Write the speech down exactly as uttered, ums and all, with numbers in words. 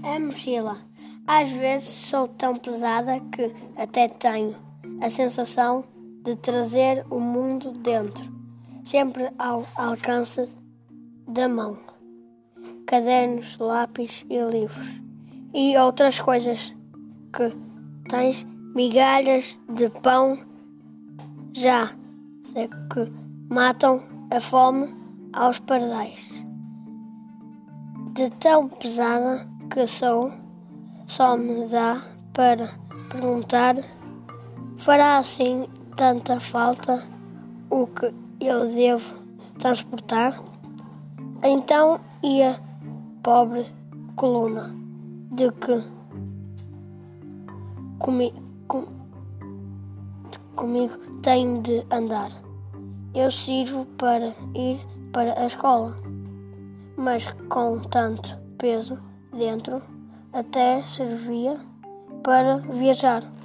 A mochila. Às vezes sou tão pesada que até tenho a sensação de trazer o mundo dentro, sempre ao alcance da mão. Cadernos, lápis e livros. E outras coisas que tens, migalhas de pão, já sei que matam a fome aos pardais. De tão pesada que sou, só me dá para perguntar: fará assim tanta falta o que eu devo transportar? Então, e a pobre coluna de que comi, com, comigo tenho de andar? Eu sirvo para ir para a escola, mas com tanto peso dentro, até servia para viajar.